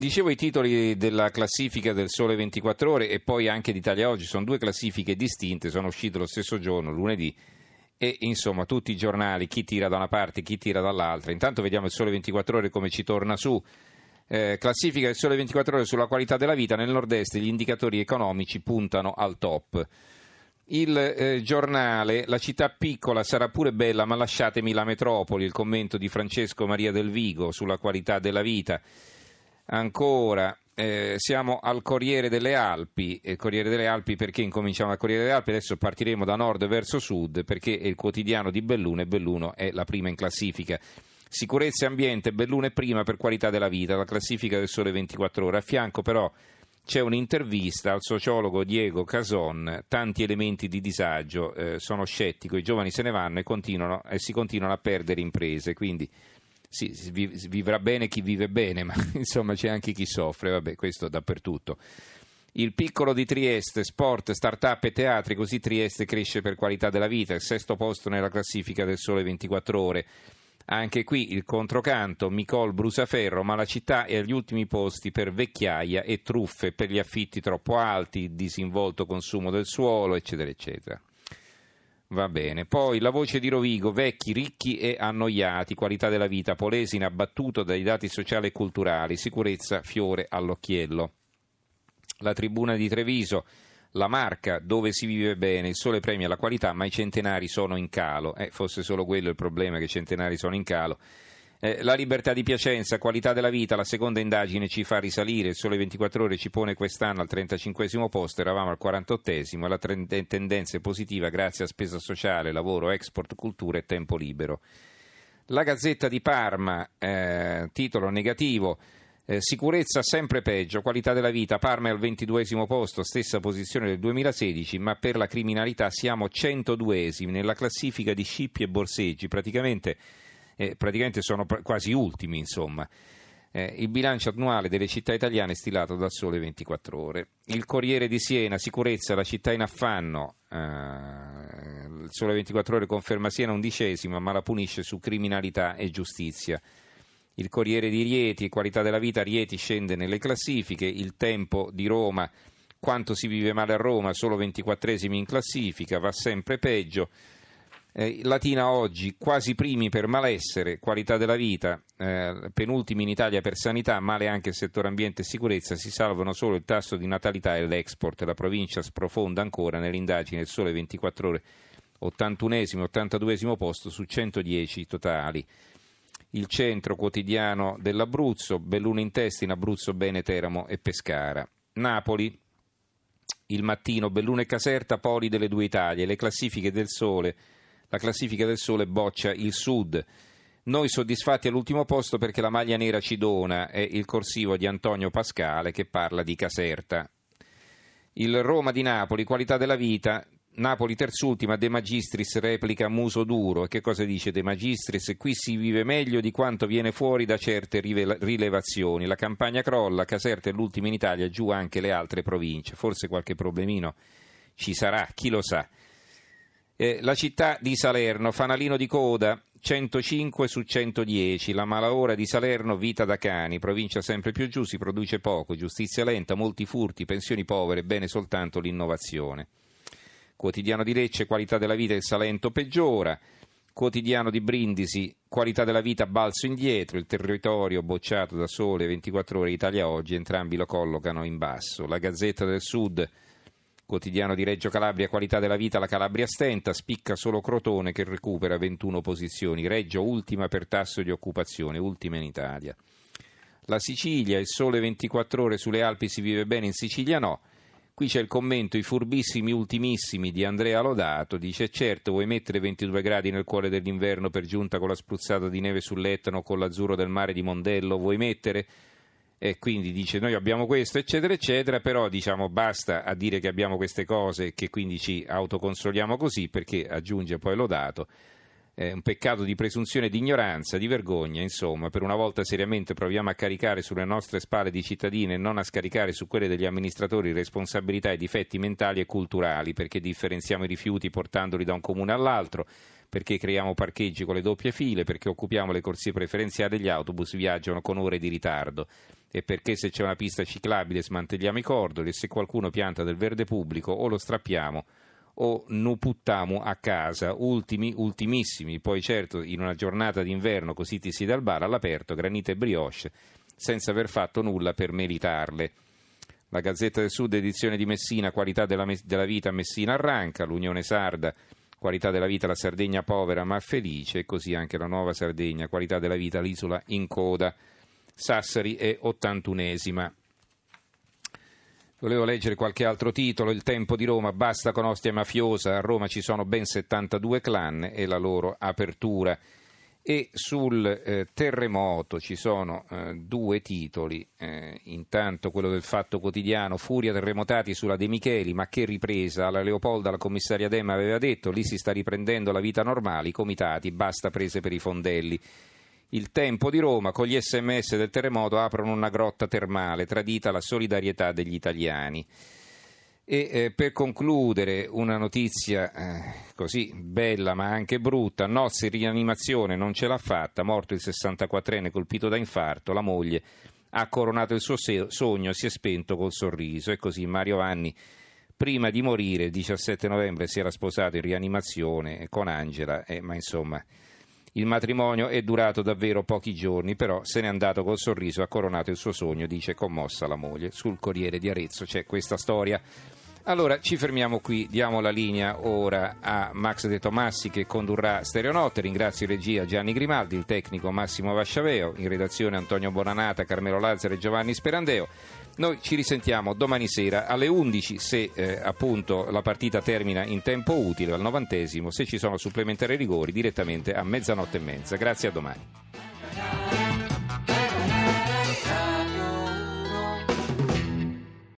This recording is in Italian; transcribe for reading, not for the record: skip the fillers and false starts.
Dicevo i titoli della classifica del Sole 24 Ore e poi anche d'Italia Oggi, sono due classifiche distinte, sono uscite lo stesso giorno, lunedì, e insomma tutti i giornali, chi tira da una parte, chi tira dall'altra. Intanto vediamo il Sole 24 Ore come ci torna su. Classifica del Sole 24 Ore sulla qualità della vita, nel nord-est gli indicatori economici puntano al top. Il giornale, la città piccola sarà pure bella ma lasciatemi la metropoli, il commento di Francesco Maria Del Vigo sulla qualità della vita. Ancora, siamo al Corriere delle Alpi. Corriere delle Alpi, perché incominciamo dal Corriere delle Alpi? Adesso partiremo da nord verso sud, perché è il quotidiano di Belluno e Belluno è la prima in classifica. Sicurezza e ambiente, Belluno è prima per qualità della vita, la classifica del Sole 24 Ore. A fianco però c'è un'intervista al sociologo Diego Cason, tanti elementi di disagio, sono scettico, i giovani se ne vanno e si continuano a perdere imprese, quindi sì, vivrà bene chi vive bene, ma insomma c'è anche chi soffre, vabbè, questo dappertutto. Il piccolo di Trieste, sport, start-up e teatri, così Trieste cresce per qualità della vita, il sesto posto nella classifica del Sole 24 Ore. Anche qui il controcanto, Micol Brusaferro, ma la città è agli ultimi posti per vecchiaia e truffe per gli affitti troppo alti, disinvolto consumo del suolo, eccetera, eccetera. Va bene, poi la voce di Rovigo, vecchi, ricchi e annoiati, qualità della vita, Polesine abbattuto dai dati sociali e culturali, sicurezza fiore all'occhiello. La tribuna di Treviso, la Marca, dove si vive bene, il sole premia la qualità, ma i centenari sono in calo. Fosse solo quello il problema, che i centenari sono in calo. La Libertà di Piacenza, qualità della vita, la seconda indagine ci fa risalire, il Sole 24 Ore ci pone quest'anno al 35esimo posto, eravamo al 48esimo, e la tendenza è positiva grazie a spesa sociale, lavoro, export, cultura e tempo libero. La Gazzetta di Parma, titolo negativo, sicurezza sempre peggio, qualità della vita, Parma è al 22esimo posto, stessa posizione del 2016, ma per la criminalità siamo 102esimi nella classifica di scippi e borseggi, praticamente sono quasi ultimi, insomma. Il bilancio annuale delle città italiane stilato dal Sole 24 Ore. Il Corriere di Siena, sicurezza, la città in affanno, il Sole 24 Ore conferma Siena 11esima, ma la punisce su criminalità e giustizia. Il Corriere di Rieti, qualità della vita, Rieti scende nelle classifiche. Il Tempo di Roma, quanto si vive male a Roma, solo 24esimi in classifica, va sempre peggio. Latina Oggi, quasi primi per malessere, qualità della vita, penultimi in Italia per sanità, male anche il settore ambiente e sicurezza, si salvano solo il tasso di natalità e l'export. La provincia sprofonda ancora nell'indagine del Sole 24 Ore, 81esimo, 82esimo posto su 110 totali. Il Centro, quotidiano dell'Abruzzo, Belluno in testa, in Abruzzo bene Teramo e Pescara. Napoli, Il Mattino, Belluno e Caserta, poli delle due Italie, le classifiche del Sole. La classifica del Sole boccia il Sud. Noi soddisfatti all'ultimo posto perché la maglia nera ci dona, è il corsivo di Antonio Pascale che parla di Caserta. Il Roma di Napoli, qualità della vita, Napoli terzultima, De Magistris replica Muso Duro. E che cosa dice De Magistris? Qui si vive meglio di quanto viene fuori da certe rilevazioni. La campagna crolla, Caserta è l'ultima in Italia, giù anche le altre province. Forse qualche problemino ci sarà, chi lo sa. La città di Salerno, fanalino di coda, 105 su 110, la malaora di Salerno, vita da cani, provincia sempre più giù, si produce poco, giustizia lenta, molti furti, pensioni povere, bene soltanto l'innovazione. Quotidiano di Lecce, qualità della vita, il Salento peggiora. Quotidiano di Brindisi, qualità della vita, balzo indietro, il Territorio bocciato da Sole 24 Ore, Italia Oggi, entrambi lo collocano in basso. La Gazzetta del Sud, quotidiano di Reggio Calabria, qualità della vita, la Calabria stenta, spicca solo Crotone che recupera 21 posizioni, Reggio ultima per tasso di occupazione, ultima in Italia. La Sicilia, il Sole 24 Ore, sulle Alpi si vive bene, in Sicilia no. Qui c'è il commento, i furbissimi ultimissimi di Andrea Lodato, dice certo vuoi mettere 22 gradi nel cuore dell'inverno per giunta con la spruzzata di neve sull'Etna o con l'azzurro del mare di Mondello, vuoi mettere? E quindi dice noi abbiamo questo eccetera eccetera, però diciamo basta a dire che abbiamo queste cose e che quindi ci autoconsoliamo così, perché aggiunge poi Lodato è un peccato di presunzione, di ignoranza, di vergogna, insomma per una volta seriamente proviamo a caricare sulle nostre spalle di cittadini e non a scaricare su quelle degli amministratori responsabilità e difetti mentali e culturali, perché differenziamo i rifiuti portandoli da un comune all'altro, perché creiamo parcheggi con le doppie file, perché occupiamo le corsie preferenziali e gli autobus viaggiano con ore di ritardo, e perché se c'è una pista ciclabile smantelliamo i cordoli e se qualcuno pianta del verde pubblico o lo strappiamo o nu puttamo a casa, ultimissimi. Poi certo in una giornata d'inverno così ti si dà il bar all'aperto, granite e brioche, senza aver fatto nulla per meritarle. La Gazzetta del Sud, edizione di Messina, qualità della vita a Messina arranca, l'Unione Sarda, qualità della vita la Sardegna povera ma felice, e così anche la Nuova Sardegna, qualità della vita l'isola in coda. Sassari è 81esima. Volevo leggere qualche altro titolo. Il Tempo di Roma, basta con Ostia mafiosa, a Roma ci sono ben 72 clan e la loro apertura. E sul terremoto ci sono due titoli, intanto quello del Fatto Quotidiano, furia terremotati sulla De Micheli, ma che ripresa, alla Leopolda la commissaria Demma aveva detto, lì si sta riprendendo la vita normale, i comitati, basta prese per i fondelli. Il Tempo di Roma, con gli sms del terremoto aprono una grotta termale, tradita la solidarietà degli italiani. E per concludere una notizia così bella ma anche brutta, Nozzi in rianimazione, non ce l'ha fatta, morto il 64enne colpito da infarto, la moglie ha coronato il suo sogno, si è spento col sorriso, e così Mario Vanni prima di morire il 17 novembre si era sposato in rianimazione con Angela, ma insomma il matrimonio è durato davvero pochi giorni, però se n'è andato col sorriso, ha coronato il suo sogno, dice commossa la moglie. Sul Corriere di Arezzo c'è questa storia. Allora ci fermiamo qui, diamo la linea ora a Max De Tomassi che condurrà Stereonotte. Ringrazio in regia Gianni Grimaldi, il tecnico Massimo Vasciaveo, in redazione Antonio Bonanata, Carmelo Lazzaro e Giovanni Sperandeo. Noi ci risentiamo domani sera alle 11 se appunto la partita termina in tempo utile, al 90°, se ci sono supplementari rigori direttamente a 00:30. Grazie, a domani.